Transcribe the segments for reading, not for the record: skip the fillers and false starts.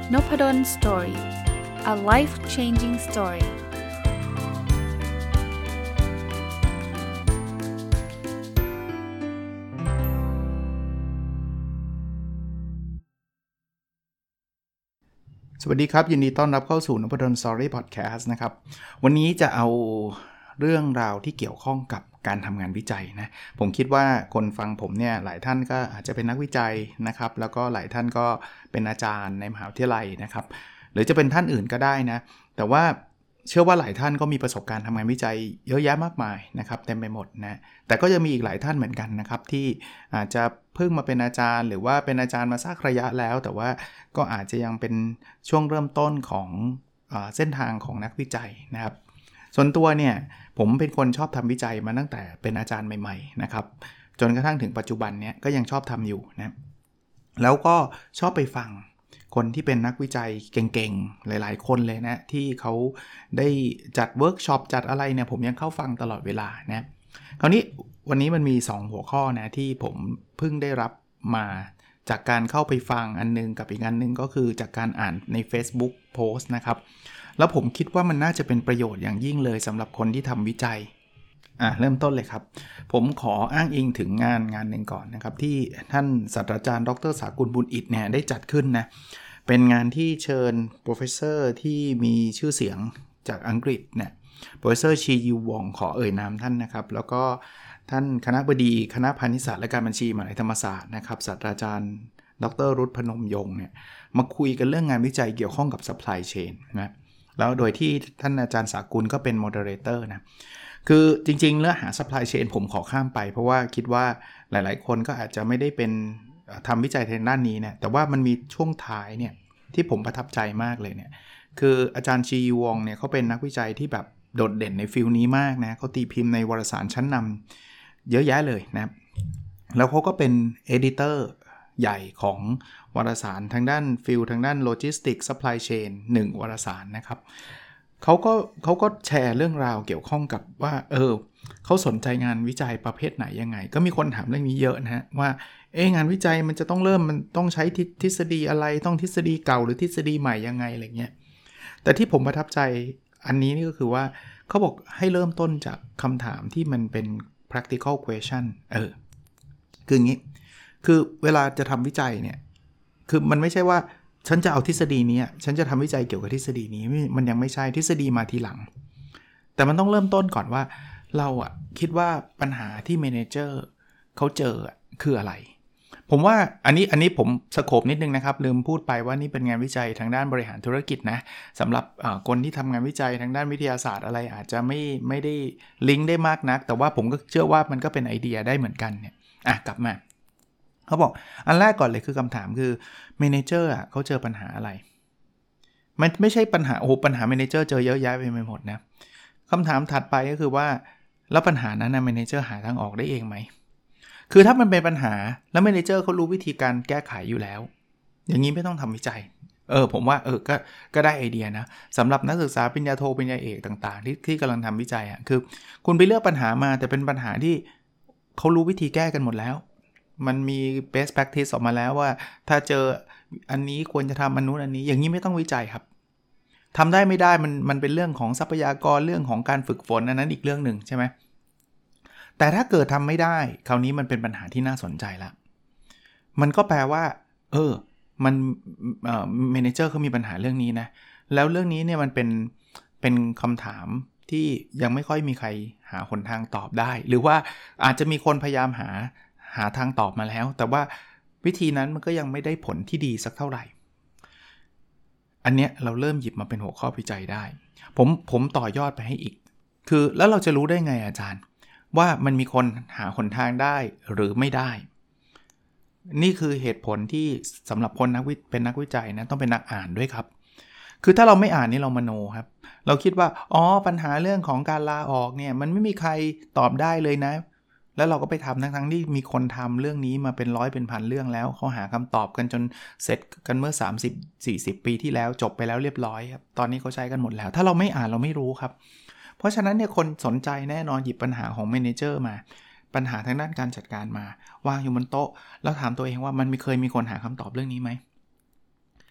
Nopadon Story. A life-changing story. สวัสดีครับยินดีต้อนรับเข้าสู่ Nopadon Story Podcast นะครับวันนี้จะเอาเรื่องราวที่เกี่ยวข้องกับการทำงานวิจัยนะผมคิดว่าคนฟังผมเนี่ยหลายท่านก็อาจจะเป็นนักวิจัยนะครับแล้วก็หลายท่านก็เป็นอาจารย์ในมหาวิทยาลัยนะครับหรือจะเป็นท่านอื่นก็ได้นะแต่ว่าเชื่อว่าหลายท่านก็มีประสบการณ์ทำงานวิจัยเยอะแยะมากมายนะครับเต็มไปหมดนะแต่ก็จะมีอีกหลายท่านเหมือนกันนะครับที่อาจจะเพิ่งมาเป็นอาจารย์หรือว่าเป็นอาจารย์มาสักระยะแล้วแต่ว่าก็อาจจะยังเป็นช่วงเริ่มต้นของเส้นทางของนักวิจัยนะครับส่วนตัวเนี่ยผมเป็นคนชอบทำวิจัยมาตั้งแต่เป็นอาจารย์ใหม่ๆนะครับจนกระทั่งถึงปัจจุบันเนี่ยก็ยังชอบทำอยู่นะแล้วก็ชอบไปฟังคนที่เป็นนักวิจัยเก่งๆหลายๆคนเลยนะที่เขาได้จัดเวิร์กช็อปจัดอะไรเนี่ยผมยังเข้าฟังตลอดเวลานะคราวนี้วันนี้มันมี2หัวข้อนะที่ผมเพิ่งได้รับมาจากการเข้าไปฟังอันนึงกับอีกอันนึงก็คือจากการอ่านใน Facebook Post นะครับแล้วผมคิดว่ามันน่าจะเป็นประโยชน์อย่างยิ่งเลยสำหรับคนที่ทำวิจัยเริ่มต้นเลยครับผมขออ้างอิงถึงงานหนึ่งก่อนนะครับที่ท่านศาสตราจารย์ดร.สากุลบุญอิฐเนี่ยได้จัดขึ้นนะเป็นงานที่เชิญโปรเฟสเซอร์ที่มีชื่อเสียงจากอังกฤษเนี่ยโปรเฟสเซอร์ชียิววองขอเอ่ยนามท่านนะครับแล้วก็ท่านคณบดีคณะพาณิชยศาสตร์และการบัญชีมหาวิทยาลัยธรรมศาสตร์นะครับศาสตราจารย์ดร.รุตพนมยงค์เนี่ยมาคุยกันเรื่องงานวิจัยเกี่ยวข้องกับ supply chain นะแล้วโดยที่ท่านอาจารย์สากุลก็เป็น moderator นะคือจริงๆเนื้อหา supply chain ผมขอข้ามไปเพราะว่าคิดว่าหลายๆคนก็อาจจะไม่ได้เป็นทำวิจัยทางด้านนี้เนี่ยแต่ว่ามันมีช่วงท้ายเนี่ยที่ผมประทับใจมากเลยเนี่ยคืออาจารย์ชีวองเนี่ยเขาเป็นนักวิจัยที่แบบโดดเด่นในฟิลนี้มากนะเขาตีพิมพ์ในวารสารชั้นนำเยอะแยะเลยนะแล้วเขาก็เป็นเอดิเตอร์ใหญ่ของวารสารทางด้านฟิลทางด้านโลจิสติกส์ซัพพลายเชน1วารสารนะครับเขาก็แชร์เรื่องราวเกี่ยวข้องกับว่าเขาสนใจงานวิจัยประเภทไหนยังไงก็มีคนถามเรื่องนี้เยอะนะฮะว่างานวิจัยมันจะต้องมันต้องใช้ทฤษฎีอะไรต้องทฤษฎีเก่าหรือทฤษฎีใหม่ยังไงอะไรเงี้ยแต่ที่ผมประทับใจอันนี้นี่ก็คือว่าเขาบอกให้เริ่มต้นจากคำถามที่มันเป็น practical question คืออย่างนี้คือเวลาจะทำวิจัยเนี่ยคือมันไม่ใช่ว่าฉันจะเอาทฤษฎีนี้ฉันจะทำวิจัยเกี่ยวกับทฤษฎีนี้มันยังไม่ใช่ทฤษฎีมาทีหลังแต่มันต้องเริ่มต้นก่อนว่าเราคิดว่าปัญหาที่เมเนเจอร์เขาเจอคืออะไรผมว่าอันนี้ผมสโคปนิดนึงนะครับลืมพูดไปว่านี่เป็นงานวิจัยทางด้านบริหารธุรกิจนะสำหรับคนที่ทำงานวิจัยทางด้านวิทยาศาสตร์อะไรอาจจะไม่ได้ลิงก์ได้มากนักแต่ว่าผมก็เชื่อว่ามันก็เป็นไอเดียได้เหมือนกันเนี่ยกลับมาเขาบอกอันแรกก่อนเลยคือคำถามคือเมเนเจอร์เขาเจอปัญหาอะไรมันไม่ใช่ปัญหาปัญหาเมเนเจอร์เจอเยอะแยะไปหมดนะคำถามถัดไปก็คือว่าแล้วปัญหานั้นเมเนเจอร์หาทางออกได้เองไหมคือถ้ามันเป็นปัญหาแล้วเมเนเจอร์เขารู้วิธีการแก้ไขอยู่แล้วอย่างนี้ไม่ต้องทำวิจัยผมว่าก็ได้ไอเดียนะสำหรับนักศึกษาปริญญาโทปริญญาเอกต่างๆที่กำลังทำวิจัยคือคุณไปเลือกปัญหามาแต่เป็นปัญหาที่เขารู้วิธีแก้กันหมดแล้วมันมี best practice ออกมาแล้วว่าถ้าเจออันนี้ควรจะทำอันนู้นอันนี้อย่างนี้ไม่ต้องวิจัยครับทำได้ไม่ได้มันเป็นเรื่องของทรัพยากรเรื่องของการฝึกฝนอันนั้นอีกเรื่องหนึ่งใช่ไหมแต่ถ้าเกิดทำไม่ได้คราวนี้มันเป็นปัญหาที่น่าสนใจละมันก็แปลว่ามันเมเนเจอร์เขามีปัญหาเรื่องนี้นะแล้วเรื่องนี้เนี่ยมันเป็นคำถามที่ยังไม่ค่อยมีใครหาหนทางตอบได้หรือว่าอาจจะมีคนพยายามหาทางตอบมาแล้วแต่ว่าวิธีนั้นมันก็ยังไม่ได้ผลที่ดีสักเท่าไหร่อันเนี้ยเราเริ่มหยิบมาเป็นหัวข้อวิจัยได้ผมต่อยอดไปให้อีกคือแล้วเราจะรู้ได้ไงอาจารย์ว่ามันมีคนหาหนทางได้หรือไม่ได้นี่คือเหตุผลที่สำหรับคนเป็นนักวิจัยนะต้องเป็นนักอ่านด้วยครับคือถ้าเราไม่อ่านนี่เรามโนครับเราคิดว่าปัญหาเรื่องของการลาออกเนี่ยมันไม่มีใครตอบได้เลยนะแล้วเราก็ไปทำทั้งที่มีคนทำเรื่องนี้มาเป็นร้อยเป็นพันเรื่องแล้วเขาหาคำตอบกันจนเสร็จกันเมื่อ30-40 ปีที่แล้วจบไปแล้วเรียบร้อยครับตอนนี้เขาใช้กันหมดแล้วถ้าเราไม่อ่านเราไม่รู้ครับเพราะฉะนั้นเนี่ยคนสนใจแน่นอนหยิบปัญหาของเมเนเจอร์มาปัญหาทางด้านการจัดการมาวางอยู่บนโต๊ะแล้วถามตัวเองว่ามันเคยมีคนหาคำตอบเรื่องนี้ไหม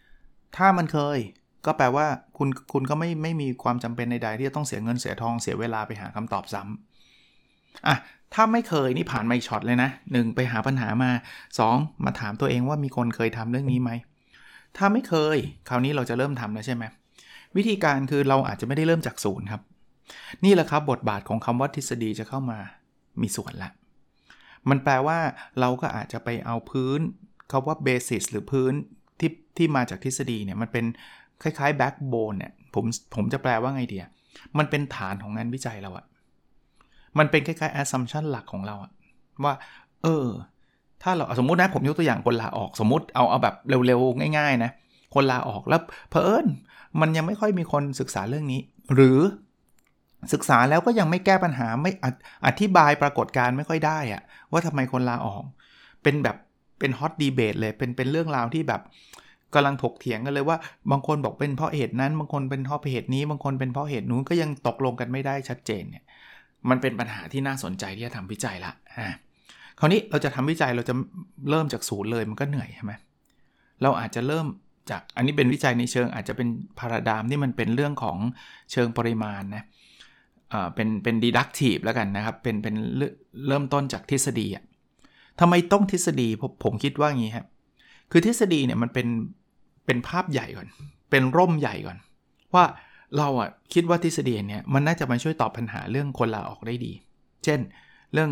ถ้ามันเคยก็แปลว่าคุณก็ไม่มีความจำเป็นใดๆที่จะต้องเสียเงินเสียทองเสียเวลาไปหาคำตอบซ้ำถ้าไม่เคยนี่ผ่านมาอีกช็อตเลยนะ1ไปหาปัญหามา2มาถามตัวเองว่ามีคนเคยทำเรื่องนี้ไหมถ้าไม่เคยคราวนี้เราจะเริ่มทำแล้วใช่ไหมวิธีการคือเราอาจจะไม่ได้เริ่มจากศูนย์ครับนี่แหละครับบทบาทของคำว่าทฤษฎีจะเข้ามามีส่วนละมันแปลว่าเราก็อาจจะไปเอาพื้นคำว่า basis หรือพื้นที่มาจากทฤษฎีเนี่ยมันเป็นคล้ายๆ backbone เนี่ยผมจะแปลว่าไงดีมันเป็นฐานของงานวิจัยเราอะมันเป็นคล้ายๆ assumption หลักของเราอะว่าถ้าเราสมมุตินะผมยกตัวอย่างคนลาออกสมมุติเอาแบบเร็วๆง่ายๆนะคนลาออกแล้วเผอิญมันยังไม่ค่อยมีคนศึกษาเรื่องนี้หรือศึกษาแล้วก็ยังไม่แก้ปัญหาไม่อธิบายปรากฏการณ์ไม่ค่อยได้อะว่าทำไมคนลาออกเป็นฮอตดีเบตเลยเป็นเรื่องราวที่แบบกำลังถกเถียงกันเลยว่าบางคนบอกเป็นเพราะเหตุนั้นบางคนเป็นเพราะเหตุนี้บางคนเป็นเพราะเหตุนู้นก็ยังตกลงกันไม่ได้ชัดเจนเนี่ยมันเป็นปัญหาที่น่าสนใจที่จะทำวิจัยละคราวนี้เราจะทำวิจัยเราจะเริ่มจากศูนย์เลยมันก็เหนื่อยใช่ไหมเราอาจจะเริ่มจากอันนี้เป็นวิจัยในเชิงอาจจะเป็นพาราดามที่มันเป็นเรื่องของเชิงปริมาณนะเป็น deductive แล้วกันนะครับเป็นเริ่มต้นจากทฤษฎีทำไมต้องทฤษฎีผมคิดว่าอย่างนี้ครับคือทฤษฎีเนี่ยมันเป็นภาพใหญ่ก่อนเป็นร่มใหญ่ก่อนว่าเราคิดว่าทฤษฎีเนี่ยมันน่าจะมาช่วยตอบปัญหาเรื่องคนลาออกได้ดีเช่นเรื่อง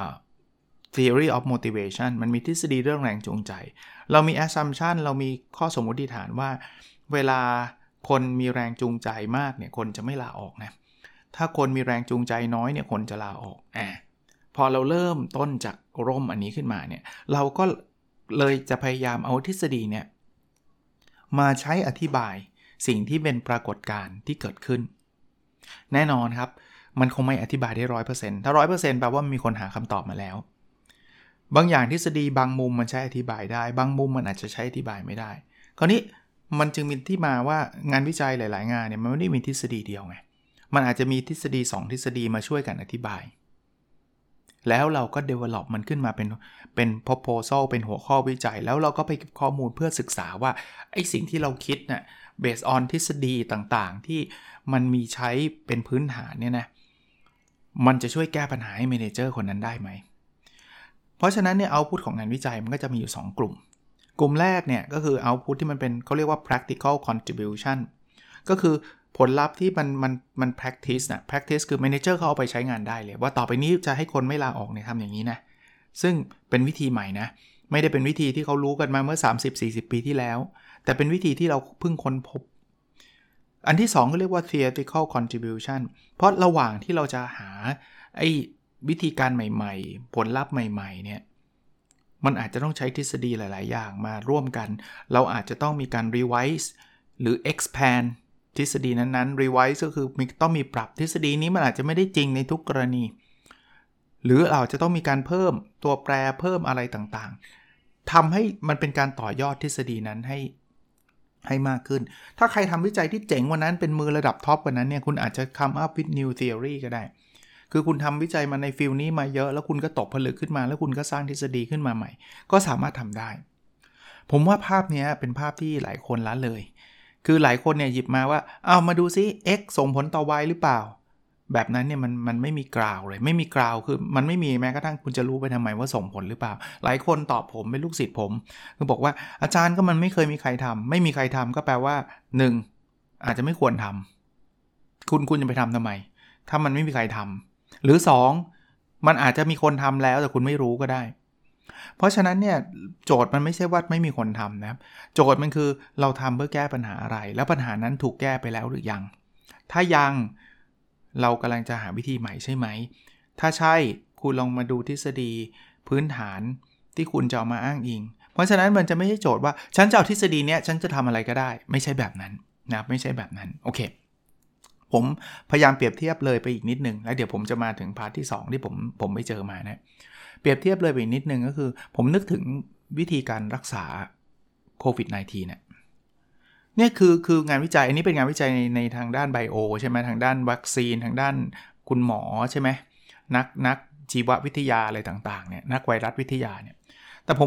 theory of motivation มันมีทฤษฎีเรื่องแรงจูงใจเรามี assumption เรามีข้อสมมติฐานว่าเวลาคนมีแรงจูงใจมากเนี่ยคนจะไม่ลาออกนะถ้าคนมีแรงจูงใจน้อยเนี่ยคนจะลาออกพอเราเริ่มต้นจากร่มอันนี้ขึ้นมาเนี่ยเราก็เลยจะพยายามเอาทฤษฎีเนี่ยมาใช้อธิบายสิ่งที่เป็นปรากฏการณ์ที่เกิดขึ้นแน่นอนครับมันคงไม่อธิบายได้ 100% ถ้า 100% แปลว่ามีคนหาคำตอบมาแล้วบางอย่างทฤษฎีบางมุมมันใช้อธิบายได้บางมุมมันอาจจะใช้อธิบายไม่ได้คราวนี้มันจึงมีที่มาว่างานวิจัยหลายๆงานเนี่ยมันไม่ได้มีทฤษฎีเดียวไงมันอาจจะมีทฤษฎี2ทฤษฎีมาช่วยกันอธิบายแล้วเราก็ develop มันขึ้นมาเป็น proposal เป็นหัวข้อวิจัยแล้วเราก็ไปเก็บข้อมูลเพื่อศึกษาว่าไอ้สิ่งที่เราคิดน่ะ based on ทฤษฎีต่างๆที่มันมีใช้เป็นพื้นฐานเนี่ยนะมันจะช่วยแก้ปัญหาให้ manager คนนั้นได้ไหมเพราะฉะนั้นเนี่ย output ของงานวิจัยมันก็จะมีอยู่2กลุ่มแรกเนี่ยก็คือ output ที่มันเป็นเขาเรียกว่า practical contribution ก็คือผลลัพธ์ที่มัน practice นะ practice คือ manager เขาเอาไปใช้งานได้เลยว่าต่อไปนี้จะให้คนไม่ลาออกเนี่ยทำอย่างนี้นะซึ่งเป็นวิธีใหม่นะไม่ได้เป็นวิธีที่เขารู้กันมาเมื่อ 30-40 ปีที่แล้วแต่เป็นวิธีที่เราเพิ่งค้นพบอันที่2ก็เรียกว่า theoretical contribution เพราะระหว่างที่เราจะหาไอ้วิธีการใหม่ๆผลลัพธ์ใหม่ๆเนี่ยมันอาจจะต้องใช้ทฤษฎีหลายๆอย่างมาร่วมกันเราอาจจะต้องมีการ revise หรือ expand ทฤษฎีนั้นๆ revise ก็คือต้องมีปรับทฤษฎีนี้มันอาจจะไม่ได้จริงในทุกกรณีหรือเราจะต้องมีการเพิ่มตัวแปรเพิ่มอะไรต่างๆทำให้มันเป็นการต่อยอดทฤษฎีนั้นให้มากขึ้นถ้าใครทำวิจัยที่เจ๋งกว่านั้นเป็นมือระดับท็อปกว่านั้นเนี่ยคุณอาจจะ come up with new theory ก็ได้คือคุณทำวิจัยมาในฟิลนี้มาเยอะแล้วคุณก็ตกผลึกขึ้นมาแล้วคุณก็สร้างทฤษฎีขึ้นมาใหม่ก็สามารถทำได้ผมว่าภาพนี้เป็นภาพที่หลายคนละเลยคือหลายคนเนี่ยหยิบมาว่าเอามาดูซิ x ส่งผลต่อ y หรือเปล่าแบบนั้นเนี่ยมันไม่มีกราวเลยไม่มีกราวคือมันไม่มีแม้กระทั่งคุณจะรู้ไปทำไมว่าส่งผลหรือเปล่าหลายคนตอบผมเป็นลูกศิษย์ผมคือบอกว่าอาจารย์ก็มันไม่เคยมีใครทำไม่มีใครทำก็แปลว่า1อาจจะไม่ควรทำคุณจะไปทำไมถ้ามันไม่มีใครทำหรือ2มันอาจจะมีคนทำแล้วแต่คุณไม่รู้ก็ได้เพราะฉะนั้นเนี่ยโจทย์มันไม่ใช่ว่าไม่มีคนทำนะครับโจทย์มันคือเราทำเพื่อแก้ปัญหาอะไรแล้วปัญหานั้นถูกแก้ไปแล้วหรือยังถ้ายังเรากำลังจะหาวิธีใหม่ใช่ไหมถ้าใช่คุณลองมาดูทฤษฎีพื้นฐานที่คุณจะเอามาอ้างอิงเพราะฉะนั้นมันจะไม่ใช่โจทย์ว่าฉันจะเอาทฤษฎีเนี้ยฉันจะทำอะไรก็ได้ไม่ใช่แบบนั้นนะไม่ใช่แบบนั้นโอเคผมพยายามเปรียบเทียบเลยไปอีกนิดนึงแล้วเดี๋ยวผมจะมาถึงพาร์ทที่2ที่ผมไปเจอมานะเปรียบเทียบเลยไปอีกนิดนึงก็คือผมนึกถึงวิธีการรักษาโควิด -19 เนี่ยคืองานวิจัยอันนี้เป็นงานวิจัยในทางด้านไบโอใช่ไหมทางด้านวัคซีนทางด้านคุณหมอใช่ไหมนักชีววิทยาอะไรต่างๆเนี่ยนักไวรัสวิทยาเนี่ยแต่ผมว่า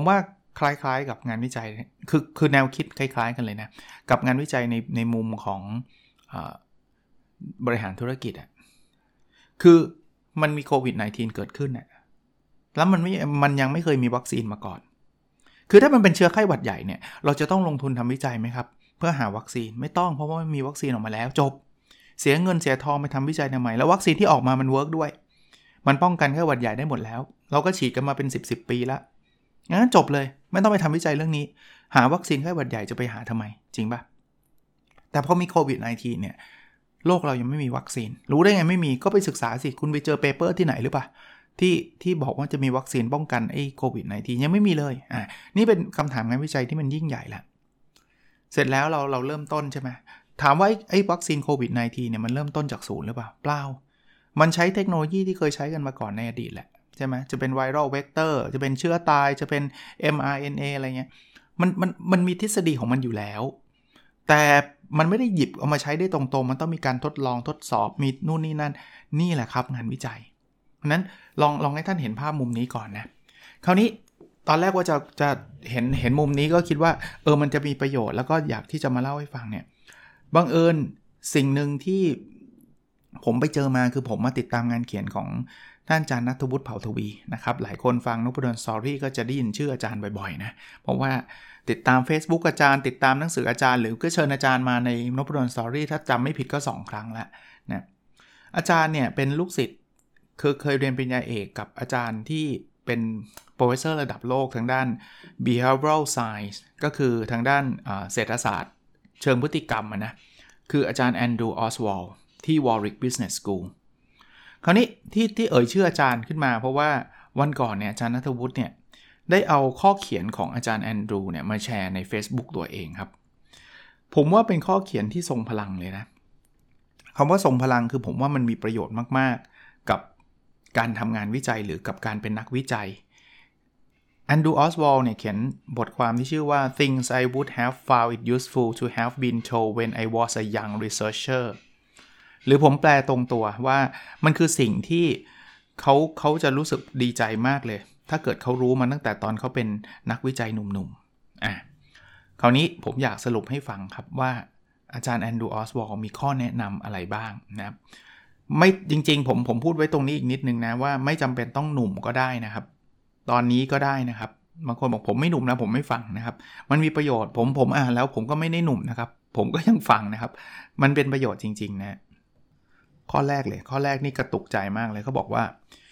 คล้ายๆกับงานวิจัยคือแนวคิดคล้ายๆกันเลยนะกับงานวิจัยในมุมของบริหารธุรกิจคือมันมีโควิด -19 เกิดขึ้นแล้วมันยังไม่เคยมีวัคซีนมาก่อนคือถ้ามันเป็นเชื้อไข้หวัดใหญ่เนี่ยเราจะต้องลงทุนทำวิจัยไหมครับเพื่อหาวัคซีนไม่ต้องเพราะว่ามีวัคซีนออกมาแล้วจบเสียเงินเสียทองไปทำวิจัยทำไมแล้ววัคซีนที่ออกมามันเวิร์กด้วยมันป้องกันไข้หวัดใหญ่ได้หมดแล้วเราก็ฉีดกันมาเป็น10 ปีแล้วงั้นจบเลยไม่ต้องไปทำวิจัยเรื่องนี้หาวัคซีนไข้หวัดใหญ่จะไปหาทำไมจริงป่ะแต่พอมีโควิด -19 เนี่ยโลกเรายังไม่มีวัคซีนรู้ได้ไงไม่มีก็ไปศึกษาสิคุณไปเจอเปเปอร์ที่ไหนหรือเปล่าที่บอกว่าจะมีวัคซีนป้องกันไอ้โควิด -19 ยังไม่มีเลยนี่เป็นคำถามงานวิจัยที่มันยิ่งใหญ่แล้วเสร็จแล้วเราเริ่มต้นใช่ไหมถามว่าไอ้วัคซีนโควิด -19 เนี่ยมันเริ่มต้นจากศูนย์หรือเปล่าเปล่ามันใช้เทคโนโลยีที่เคยใช้กันมาก่อนในอดีตแหละใช่ไหมจะเป็นไวรัลเวกเตอร์จะเป็นเชื้อตายจะเป็น mRNA อะไรเงี้ยมันมีทฤษฎีของมันอยู่แล้วแต่มันไม่ได้หยิบเอามาใช้ได้ตรงๆมันต้องมีการทดลองทดสอบมีนู่นนี่นั่นนี่แหละครับงานวิจัยเพราะนั้นลองให้ท่านเห็นภาพมุมนี้ก่อนนะคราวนี้ตอนแรกว่าจะเห็นมุมนี้ก็คิดว่ามันจะมีประโยชน์แล้วก็อยากที่จะมาเล่าให้ฟังเนี่ยบังเอิญสิ่งหนึ่งที่ผมไปเจอมาคือผมมาติดตามงานเขียนของท่านอาจารย์ณัฐวุฒิเผ่าทวีนะครับหลายคนฟังนพดลสตอรี่ก็จะได้ยินชื่ออาจารย์บ่อยๆนะเพราะว่าติดตาม Facebook อาจารย์ติดตามหนังสืออาจารย์หรือก็เชิญอาจารย์มาในนพดลสตอรี่ถ้าจำไม่ผิดก็2 ครั้งแล้วนะอาจารย์เนี่ยเป็นลูกศิษย์เคยเรียนปริญญาเอกกับอาจารย์ที่เป็นโปรเฟสเซอร์ระดับโลกทางด้าน behavioral science ก็คือทางด้านเศรษฐศาสตร์เชิงพฤติกรรมนะคืออาจารย์แอนดรูว์ออสวอลด์ที่ Warwick Business School คราวนี้ที่เอ่ยชื่ออาจารย์ขึ้นมาเพราะว่าวันก่อนเนี่ยอาจารย์ณัฐวุฒิเนี่ยได้เอาข้อเขียนของอาจารย์แอนดรูว์เนี่ยมาแชร์ใน Facebook ตัวเองครับผมว่าเป็นข้อเขียนที่ทรงพลังเลยนะคำว่าทรงพลังคือผมว่ามันมีประโยชน์มากๆกับการทำงานวิจัยหรือกับการเป็นนักวิจัยแอนดรูว์ออสวอลด์เนี่ยเขียนบทความที่ชื่อว่า Things I would have found it useful to have been told when I was a young researcher หรือผมแปลตรงตัวว่ามันคือสิ่งที่เขาจะรู้สึกดีใจมากเลยถ้าเกิดเขารู้มาตั้งแต่ตอนเขาเป็นนักวิจัยหนุ่มๆคราวนี้ผมอยากสรุปให้ฟังครับว่าอาจารย์แอนดรูว์ออสวอลด์มีข้อแนะนำอะไรบ้างนะครับไม่จริงๆผมพูดไว้ตรงนี้อีกนิดนึงนะว่าไม่จำเป็นต้องหนุ่มก็ได้นะครับตอนนี้ก็ได้นะครับบางคนบอกผมไม่หนุ่มนะผมไม่ฟังนะครับมันมีประโยชน์ผมอ่านแล้วผมก็ไม่ได้หนุ่มนะครับผมก็ยังฟังนะครับมันเป็นประโยชน์จริงๆนะข้อแรกนี่กระตุกใจมากเลยเขาบอกว่า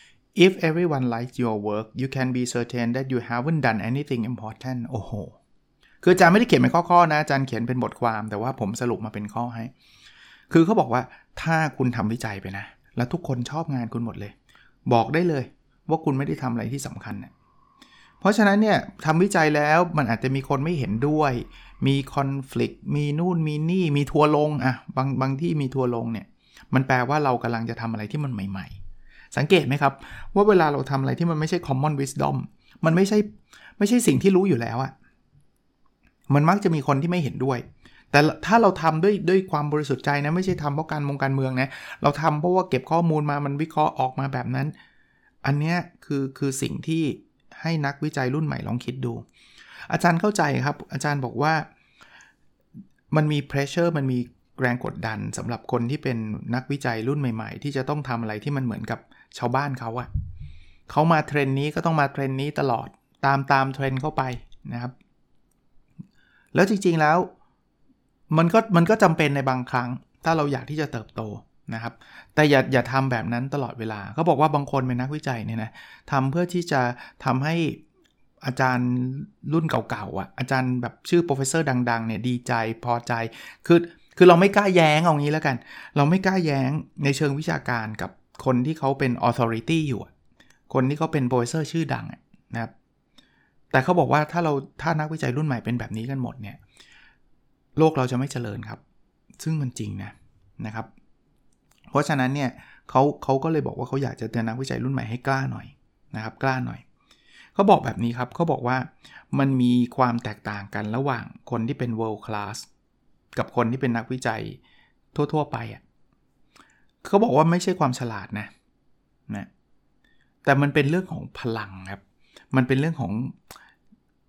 if everyone likes your work you can be certain that you haven't done anything important โอ้โหคืออาจารย์ไม่ได้เขียนเป็นข้อๆนะอาจารย์เขียนเป็นบทความแต่ว่าผมสรุปมาเป็นข้อให้คือเขาบอกว่าถ้าคุณทำวิจัยไปนะแล้วทุกคนชอบงานคุณหมดเลยบอกได้เลยว่าคุณไม่ได้ทำอะไรที่สำคัญนะเพราะฉะนั้นเนี่ยทำวิจัยแล้วมันอาจจะมีคนไม่เห็นด้วยมีคอนฟลิกต์มีนู่นมีนี่มีทัวร์ลงบางที่มีทัวร์ลงเนี่ยมันแปลว่าเรากำลังจะทำอะไรที่มันใหม่ๆสังเกตไหมครับว่าเวลาเราทำอะไรที่มันไม่ใช่ common wisdom มันไม่ใช่สิ่งที่รู้อยู่แล้วมันมักจะมีคนที่ไม่เห็นด้วยแต่ถ้าเราทำด้วยความบริสุทธิ์ใจนะไม่ใช่ทำเพราะการเมืองนะเราทำเพราะว่าเก็บข้อมูลมามันวิเคราะห์ออกมาแบบนั้นอันเนี้ยคือสิ่งที่ให้นักวิจัยรุ่นใหม่ลองคิดดูอาจารย์เข้าใจครับอาจารย์บอกว่ามันมี pressure มันมีแรงกดดันสำหรับคนที่เป็นนักวิจัยรุ่นใหม่ๆที่จะต้องทำอะไรที่มันเหมือนกับชาวบ้านเขาเขามาเทรนด์นี้ก็ต้องมาเทรนด์นี้ตลอดตามเทรนด์เข้าไปนะครับแล้วจริงๆแล้วมันก็จำเป็นในบางครั้งถ้าเราอยากที่จะเติบโตนะครับแต่อย่าทำแบบนั้นตลอดเวลาเขาบอกว่าบางคนเป็นนักวิจัยเนี่ยนะทำเพื่อที่จะทำให้อาจารย์รุ่นเก่าๆอาจารย์แบบชื่อโปรเฟสเซอร์ดังๆเนี่ยดีใจพอใจคือเราไม่กล้าแย้งเอางี้แล้วกันเราไม่กล้าแย้งในเชิงวิชาการกับคนที่เขาเป็น authority อยู่คนที่เขาเป็นโปรเฟสเซอร์ชื่อดังนะครับแต่เขาบอกว่าถ้านักวิจัยรุ่นใหม่เป็นแบบนี้กันหมดเนี่ยโลกเราจะไม่เจริญครับซึ่งมันจริงนะครับเพราะฉะนั้นเนี่ยเขาก็เลยบอกว่าเขาอยากจะเตือนนักวิจัยรุ่นใหม่ให้กล้าหน่อยนะครับกล้าหน่อยเขาบอกแบบนี้ครับเขาบอกว่ามันมีความแตกต่างกันระหว่างคนที่เป็น world class กับคนที่เป็นนักวิจัยทั่วๆไปเขาบอกว่าไม่ใช่ความฉลาดนะแต่มันเป็นเรื่องของพลังครับมันเป็นเรื่องของ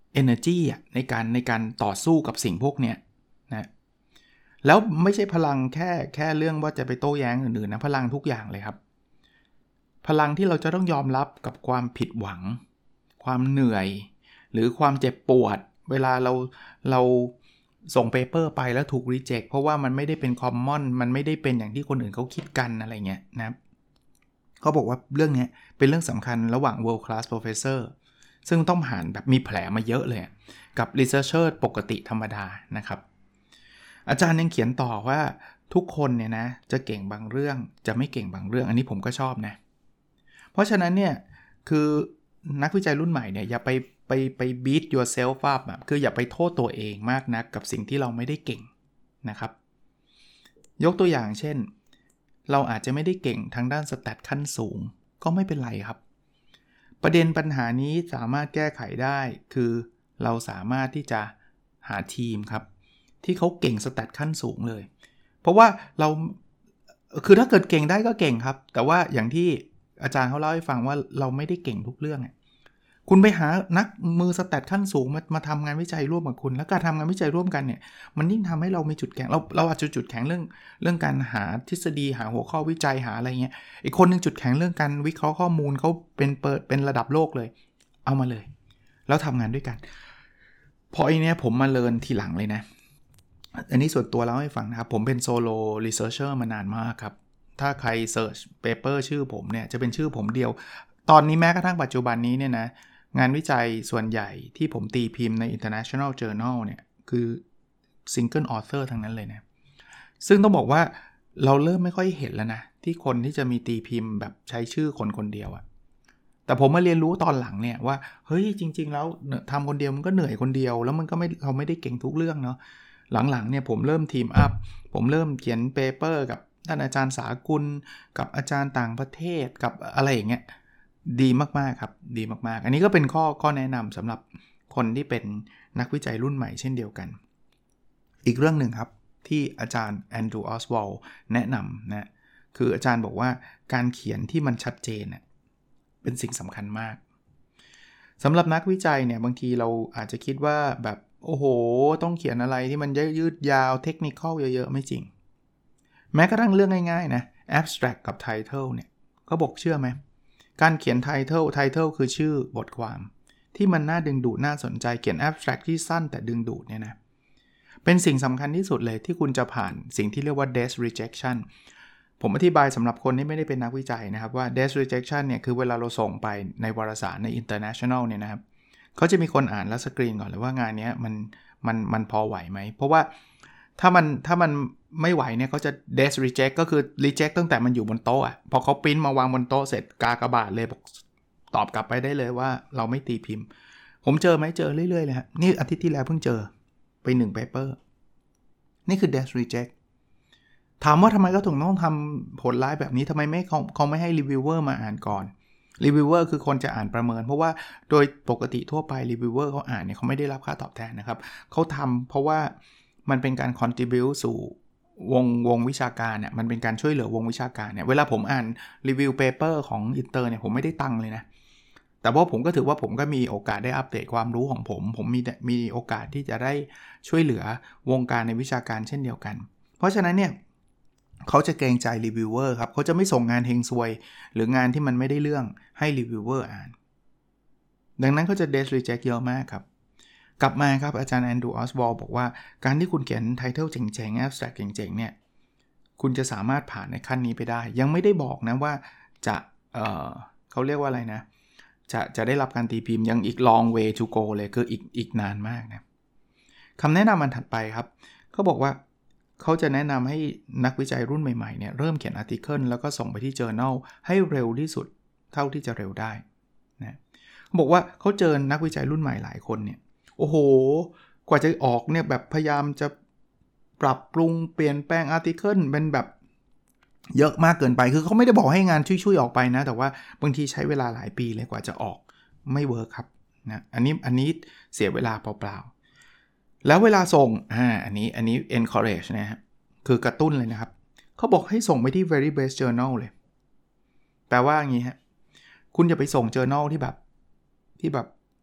energy อ่ะในการต่อสู้กับสิ่งพวกเนี้ยนะแล้วไม่ใช่พลังแค่เรื่องว่าจะไปโต้แย้งอื่นๆนะพลังทุกอย่างเลยครับพลังที่เราจะต้องยอมรับกับความผิดหวังความเหนื่อยหรือความเจ็บปวดเวลาเราส่งเปเปอร์ไปแล้วถูกรีเจ็คเพราะว่ามันไม่ได้เป็นคอมมอนมันไม่ได้เป็นอย่างที่คนอื่นเขาคิดกันอะไรเงี้ยนะเขาบอกว่าเรื่องนี้เป็นเรื่องสำคัญระหว่าง world class professor ซึ่งต้องผ่านแบบมีแผลมาเยอะเลยกับ researcher ปกติธรรมดานะครับอาจารย์ยังเขียนต่อว่าทุกคนเนี่ยนะจะเก่งบางเรื่องจะไม่เก่งบางเรื่องอันนี้ผมก็ชอบนะเพราะฉะนั้นเนี่ยคือนักวิจัยรุ่นใหม่เนี่ยอย่าไป beat yourself up คืออย่าไปโทษตัวเองมากนักกับสิ่งที่เราไม่ได้เก่งนะครับยกตัวอย่างเช่นเราอาจจะไม่ได้เก่งทางด้านสแตทขั้นสูงก็ไม่เป็นไรครับประเด็นปัญหานี้สามารถแก้ไขได้คือเราสามารถที่จะหาทีมครับที่เขาเก่งสแตทขั้นสูงเลยเพราะว่าเราคือถ้าเกิดเก่งได้ก็เก่งครับแต่ว่าอย่างที่อาจารย์เขาเล่าให้ฟังว่าเราไม่ได้เก่งทุกเรื่องคุณไปหานักมือสแตทขั้นสูงมาทำงานวิจัยร่วมกับคุณแล้วการทำงานวิจัยร่วมกันเนี่ยมันยิ่งทำให้เรามีจุดแข็งเราอาจจะจุดแข็งเรื่องการหาทฤษฎีหาหัวข้อวิจัยหาอะไรเงี้ยอีกคนนึงจุดแข็งเรื่องการวิเคราะห์ข้อมูลเขาเป็นระดับโลกเลยเอามาเลยแล้วทำงานด้วยกันพอไอเนี้ยผมมาเรียนทีหลังเลยนะอันนี้ส่วนตัวเล่าให้ฟังนะครับผมเป็นโซโล่รีเสิร์ชเชอร์มานานมากครับถ้าใครเสิร์ชเปเปอร์ชื่อผมเนี่ยจะเป็นชื่อผมเดียวตอนนี้แม้กระทั่งปัจจุบันนี้เนี่ยนะงานวิจัยส่วนใหญ่ที่ผมตีพิมพ์ใน International Journal เนี่ยคือ Single Author ทั้งนั้นเลยนะซึ่งต้องบอกว่าเราเริ่มไม่ค่อยเห็นแล้วนะที่คนที่จะมีตีพิมพ์แบบใช้ชื่อคนเดียวอะแต่ผมมาเรียนรู้ตอนหลังเนี่ยว่าเฮ้ยจริงๆแล้วทำคนเดียวมันก็เหนื่อยคนเดียวแล้วมันก็เราไม่ได้เก่งทุกเรื่องเนาะหลังๆเนี่ยผมเริ่มทีมอัพผมเริ่มเขียนเปเปอร์กับท่านอาจารย์สากุลกับอาจารย์ต่างประเทศกับอะไรอย่างเงี้ยดีมากๆครับดีมากๆอันนี้ก็เป็นข้อแนะนำสำหรับคนที่เป็นนักวิจัยรุ่นใหม่เช่นเดียวกันอีกเรื่องหนึ่งครับที่อาจารย์แอนดรูว์ออสวอลด์แนะนำนะคืออาจารย์บอกว่าการเขียนที่มันชัดเจนเป็นสิ่งสำคัญมากสำหรับนักวิจัยเนี่ยบางทีเราอาจจะคิดว่าแบบโอ้โหต้องเขียนอะไรที่มันยืดยาวเทคนิคเยอะๆไม่จริงแม้กระทั่งเรื่องง่ายๆนะ abstract กับ title เนี่ยเขาบอกเชื่อไหมการเขียน title คือชื่อบทความที่มันน่าดึงดูดน่าสนใจเขียน abstract ที่สั้นแต่ดึงดูดเนี่ยนะเป็นสิ่งสำคัญที่สุดเลยที่คุณจะผ่านสิ่งที่เรียกว่า desk rejection ผมอธิบายสำหรับคนที่ไม่ได้เป็นนักวิจัยนะครับว่า desk rejection เนี่ยคือเวลาเราส่งไปในวารสารใน international เนี่ยนะครับเขาจะมีคนอ่านแล้วสกรีนก่อนเลยว่างานนี้มันพอไหวไหมเพราะว่าถ้ามันไม่ไหวเนี่ยเขาจะ desk reject ก็คือ reject ตั้งแต่มันอยู่บนโต๊ะพอเขาปริ้นมาวางบนโต๊ะเสร็จกากบาทเลยบอกตอบกลับไปได้เลยว่าเราไม่ตีพิมพ์ผมเจอไหมเจอเรื่อยๆเลยฮะนี่อาทิตย์ที่แล้วเพิ่งเจอไป1 paper นี่คือ desk reject ถามว่าทำไมเขาถึงต้องทำผลร้ายแบบนี้ทำไมเขาไม่ให้ reviewer มาอ่านก่อน reviewer คือคนจะอ่านประเมินเพราะว่าโดยปกติทั่วไป reviewer เขาอ่านเนี่ยเขาไม่ได้รับค่าตอบแทนนะครับเขาทำเพราะว่ามันเป็นการ contribute สู่วงวิชาการเนี่ยมันเป็นการช่วยเหลือวงวิชาการเนี่ยเวลาผมอ่านรีวิวเปเปอร์ของอินเตอร์เนี่ยผมไม่ได้ตังค์เลยนะแต่ว่าผมก็ถือว่าผมก็มีโอกาสได้อัปเดตความรู้ของผมมีโอกาสที่จะได้ช่วยเหลือวงการในวิชาการเช่นเดียวกันเพราะฉะนั้นเนี่ยเขาจะเกรงใจรีวิวเวอร์ครับเขาจะไม่ส่งงานเฮงซวยหรืองานที่มันไม่ได้เรื่องให้รีวิวเวอร์อ่านดังนั้นเขาจะ desk reject เยอะมากครับกลับมาครับอาจารย์แอนดรูว์ออสวอลด์บอกว่าการที่คุณเขียนไทเทิลเจ๋งๆ abstract เจ๋งๆเนี่ยคุณจะสามารถผ่านในขั้นนี้ไปได้ยังไม่ได้บอกนะว่าจะเขาเรียกว่าอะไรนะจะได้รับการตีพิมพ์ยังอีก long way to go เลยคืออีกนานมากนะคำแนะนำอันถัดไปครับเขาบอกว่าเขาจะแนะนำให้นักวิจัยรุ่นใหม่ๆเนี่ยเริ่มเขียนอาร์ติเคิลแล้วก็ส่งไปที่ journal ให้เร็วที่สุดเท่าที่จะเร็วได้นะเขาบอกว่าเขาเจอนักวิจัยรุ่นใหม่หลายคนเนี่ยโอ้โหกว่าจะออกเนี่ยแบบพยายามจะปรับปรุงเปลี่ยนแปลงอาร์ติเคิลเป็นแบบเยอะมากเกินไปคือเขาไม่ได้บอกให้งานช่วยๆออกไปนะแต่ว่าบางทีใช้เวลาหลายปีเลยกว่าจะออกไม่เวิร์คครับนะอันนี้เสียเวลาเปล่าๆแล้วเวลาส่งอันนี้ encourage นะฮะคือกระตุ้นเลยนะครับเขาบอกให้ส่งไปที่ very best journal เลยแปลว่าอย่างนี้ฮะคุณอย่าไปส่ง journal ที่แบบ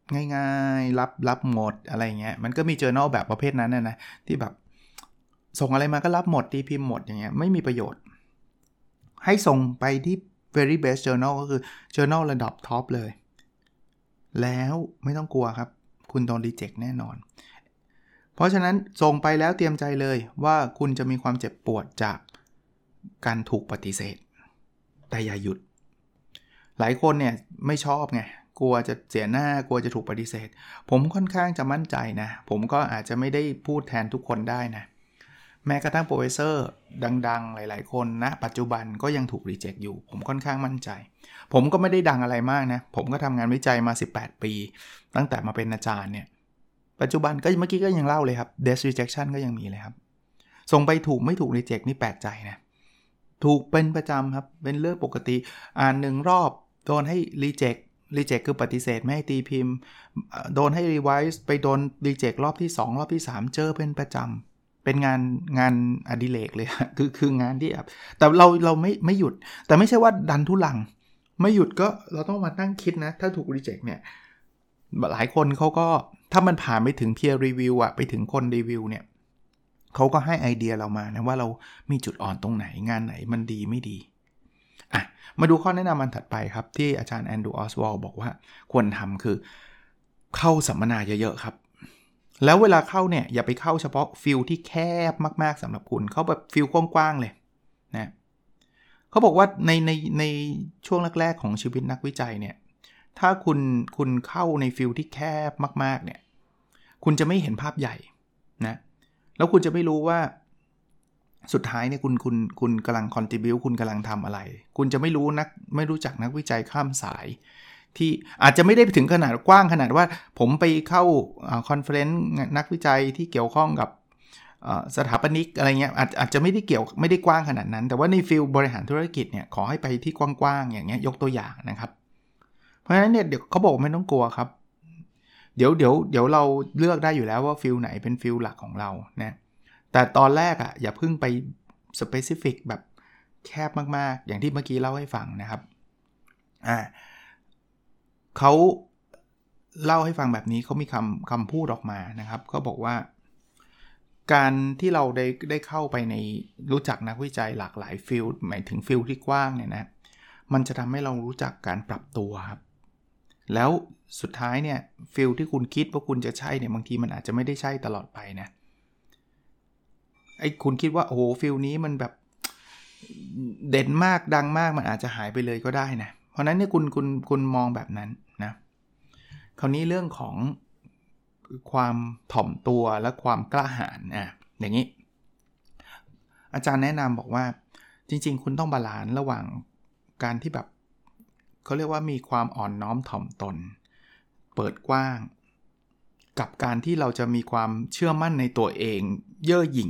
ง่ายๆรับหมดอะไรเงี้ยมันก็มี journal แบบประเภทนั้นนะที่แบบส่งอะไรมาก็รับหมดตีพิมพ์หมดอย่างเงี้ยไม่มีประโยชน์ให้ส่งไปที่ very best journal ก็คือ journal ระดับท็อปเลยแล้วไม่ต้องกลัวครับคุณโดน reject แน่นอนเพราะฉะนั้นส่งไปแล้วเตรียมใจเลยว่าคุณจะมีความเจ็บปวดจากการถูกปฏิเสธแต่อย่าหยุดหลายคนเนี่ยไม่ชอบไงกลัวจะเสียหน้ากลัวจะถูกปฏิเสธผมค่อนข้างจะมั่นใจนะผมก็อาจจะไม่ได้พูดแทนทุกคนได้นะแม้กระทั่งโปรเฟสเซอร์ดังๆหลายๆคนนะปัจจุบันก็ยังถูกรีเจ็คอยู่ผมค่อนข้างมั่นใจผมก็ไม่ได้ดังอะไรมากนะผมก็ทำงานวิจัยมา18ปีตั้งแต่มาเป็นอาจารย์เนี่ยปัจจุบันก็เมื่อกี้ก็ยังเล่าเลยครับ desk rejection ก็ยังมีเลยครับส่งไปถูกไม่ถูกรีเจ็คนี่แปลกใจนะถูกเป็นประจำครับเป็นเรื่องปกติอ่าน1รอบโดนให้รีเจ็คคือปฏิเสธไม่ให้ตีพิมพ์โดนให้รีไวซ์ไปโดนรีเจ็ครอบที่2รอบที่3เจอเป็นประจำเป็นงานอดิเรกเลยคืองานที่แบบแต่เราไม่หยุดแต่ไม่ใช่ว่าดันทุลังไม่หยุดก็เราต้องมานั่งคิดนะถ้าถูกรีเจ็คเนี่ยหลายคนเขาก็ถ้ามันผ่านไปถึง peer review อะไปถึงคนรีวิวเนี่ยเขาก็ให้ไอเดียเรามานะว่าเรามีจุดอ่อนตรงไหนงานไหนมันดีไม่ดีอ่ะมาดูข้อแนะนำอันถัดไปครับที่อาจารย์แอนดรูว์ออสวอลด์บอกว่าควรทำคือเข้าสัมมนาเยอะๆครับแล้วเวลาเข้าเนี่ยอย่าไปเข้าเฉพาะฟิลที่แคบมากๆสำหรับคุณเข้าแบบฟิลกว้างๆเลยนะเขาบอกว่าในช่วงแรกๆของชีวิตนักวิจัยเนี่ยถ้าคุณเข้าในฟิลที่แคบมากๆเนี่ยคุณจะไม่เห็นภาพใหญ่นะแล้วคุณจะไม่รู้ว่าสุดท้ายเนี่ยคุณกำลัง contribute คุณกำลังทำอะไรคุณจะไม่รู้จักนักวิจัยข้ามสายที่อาจจะไม่ได้ถึงขนาดกว้างขนาดว่าผมไปเข้าคอนเฟอเรนซ์นักวิจัยที่เกี่ยวข้องกับสถาปนิกอะไรเงี้ยอาจจะไม่ได้กว้างขนาดนั้นแต่ว่าในฟิลบริหารธุรกิจเนี่ยขอให้ไปที่กว้างๆอย่างเงี้ยยกตัวอย่างนะครับเพราะฉะนั้นเนี่ยเดี๋ยวเขาบอกไม่ต้องกลัวครับเดี๋ยวเราเลือกได้อยู่แล้วว่าฟิลไหนเป็นฟิลหลักของเรานะแต่ตอนแรกอ่ะอย่าเพิ่งไปสเปซิฟิกแบบแคบมากๆอย่างที่เมื่อกี้เล่าให้ฟังนะครับเขาเล่าให้ฟังแบบนี้เขามีคำพูดออกมานะครับเขาบอกว่าการที่เราได้เข้าไปในรู้จักนักวิจัยหลากหลายฟิลด์หมายถึงฟิลด์ที่กว้างเนี่ยนะมันจะทำให้เรารู้จักการปรับตัวครับแล้วสุดท้ายเนี่ยฟิลด์ที่คุณคิดว่าคุณจะใช่เนี่ยบางทีมันอาจจะไม่ได้ใช่ตลอดไปนะไอ้คุณคิดว่าโอ้โหฟิลด์นี้มันแบบเด่นมากดังมากมันอาจจะหายไปเลยก็ได้นะเพราะนั้นเนี่ยคุณมองแบบนั้นนะคราวนี้เรื่องของความถ่อมตัวและความกล้าหาญอย่างนี้อาจารย์แนะนำบอกว่าจริงๆคุณต้องบาลานซ์ระหว่างการที่แบบเขาเรียกว่ามีความอ่อนน้อมถ่อมตนเปิดกว้างกับการที่เราจะมีความเชื่อมั่นในตัวเองเย่อหยิ่ง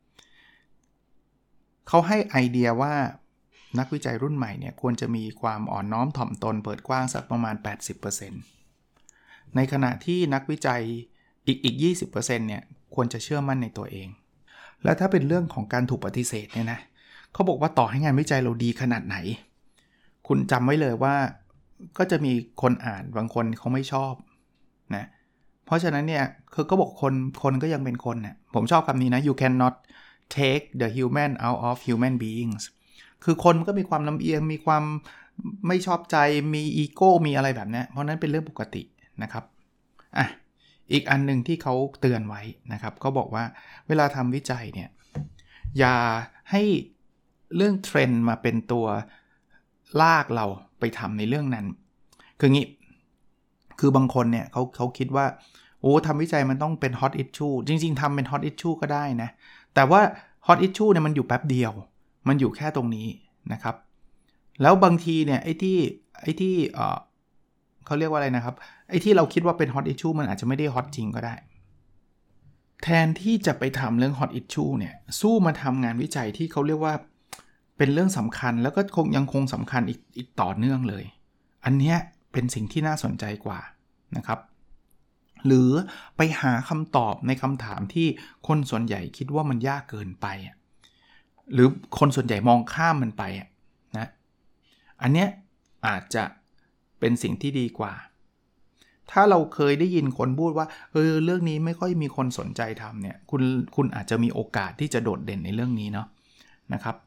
เขาให้ไอเดียว่านักวิจัยรุ่นใหม่เนี่ยควรจะมีความอ่อนน้อมถ่อมตนเปิดกว้างสักประมาณ 80% ในขณะที่นักวิจัยอีก 20% เนี่ยควรจะเชื่อมั่นในตัวเองและถ้าเป็นเรื่องของการถูกปฏิเสธเนี่ยนะเขาบอกว่าต่อให้งานวิจัยเราดีขนาดไหนคุณจำไว้เลยว่าก็จะมีคนอ่านบางคนเขาไม่ชอบนะเพราะฉะนั้นเนี่ยคือก็บอกคนก็ยังเป็นคนนะผมชอบคำนี้นะ you cannot take the human out of human beings คือคนก็มีความลำเอียงมีความไม่ชอบใจมีอีโก้มีอะไรแบบนี้เพราะนั้นเป็นเรื่องปกตินะครับอีกอันนึงที่เขาเตือนไว้นะครับเขาบอกว่าเวลาทำวิจัยเนี่ยอย่าให้เรื่องเทรนด์มาเป็นตัวลากเราไปทำในเรื่องนั้นคืองี้คือบางคนเนี่ยเขาคิดว่าโอ้ทำวิจัยมันต้องเป็น hot issue จริงๆทำเป็น hot issue ก็ได้นะแต่ว่า hot issue เนี่ยมันอยู่แป๊บเดียวมันอยู่แค่ตรงนี้นะครับแล้วบางทีเนี่ยไอ้ที่เขาเรียกว่าอะไรนะครับไอ้ที่เราคิดว่าเป็น hot issue มันอาจจะไม่ได้ hot จริงก็ได้แทนที่จะไปทำเรื่อง hot issue เนี่ยสู้มาทำงานวิจัยที่เขาเรียกว่าเป็นเรื่องสำคัญแล้วก็ยังคงสำคัญอีกต่อเนื่องเลยอันเนี้ยเป็นสิ่งที่น่าสนใจกว่านะครับหรือไปหาคำตอบในคำถามที่คนส่วนใหญ่คิดว่ามันยากเกินไปหรือคนส่วนใหญ่มองข้ามมันไปนะอันเนี้ยอาจจะเป็นสิ่งที่ดีกว่าถ้าเราเคยได้ยินคนพูดว่าเรื่องนี้ไม่ค่อยมีคนสนใจทำเนี่ยคุณอาจจะมีโอกาสที่จะโดดเด่นในเรื่องนี้เนาะนะครับ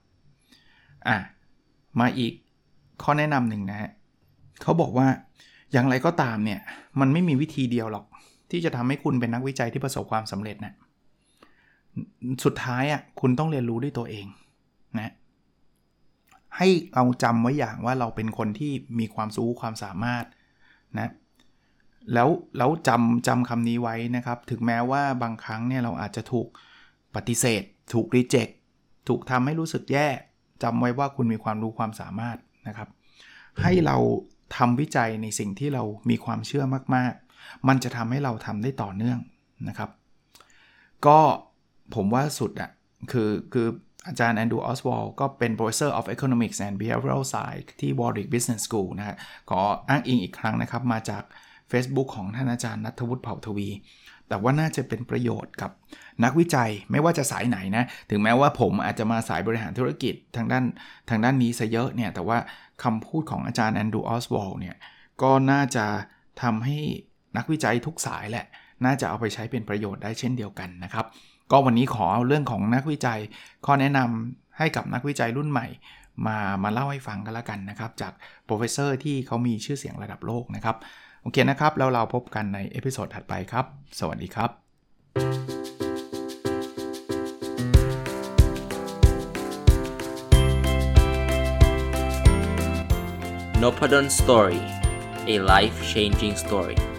มาอีกข้อแนะนำหนึ่งนะฮะเขาบอกว่าอย่างไรก็ตามเนี่ยมันไม่มีวิธีเดียวหรอกที่จะทำให้คุณเป็นนักวิจัยที่ประสบความสำเร็จนะสุดท้ายคุณต้องเรียนรู้ด้วยตัวเองนะให้เอาจำไว้อย่างว่าเราเป็นคนที่มีความรู้ความสามารถนะแล้วจำคำนี้ไว้นะครับถึงแม้ว่าบางครั้งเนี่ยเราอาจจะถูกปฏิเสธถูกรีเจ็คถูกทำให้รู้สึกแย่จำไว้ว่าคุณมีความรู้ความสามารถนะครับให้เราทำวิจัยในสิ่งที่เรามีความเชื่อมากๆมันจะทำให้เราทำได้ต่อเนื่องนะครับก็ผมว่าสุดคืออาจารย์แอนดรูว์ ออสวอลด์ก็เป็น Professor of Economics and Behavioral Science ที่ Warwick Business School นะฮะขออ้างอิงอีกครั้งนะครับมาจาก Facebook ของท่านอาจารย์ณัฐวุฒิ เผ่าทวีแต่ว่าน่าจะเป็นประโยชน์กับนักวิจัยไม่ว่าจะสายไหนนะถึงแม้ว่าผมอาจจะมาสายบริหารธุรกิจทางด้านนี้ซะเยอะเนี่ยแต่ว่าคำพูดของอาจารย์แอนดรูว์ ออสวอลด์เนี่ยก็น่าจะทำให้นักวิจัยทุกสายแหละน่าจะเอาไปใช้เป็นประโยชน์ได้เช่นเดียวกันนะครับก็วันนี้ขอเอาเรื่องของนักวิจัยข้อแนะนำให้กับนักวิจัยรุ่นใหม่มาเล่าให้ฟังกันละกันนะครับจากโปรเฟสเซอร์ที่เขามีชื่อเสียงระดับโลกนะครับโอเคนะครับแล้วเราพบกันในเอพิโซดถัดไปครับสวัสดีครับ Nopadon Story, a life-changing story.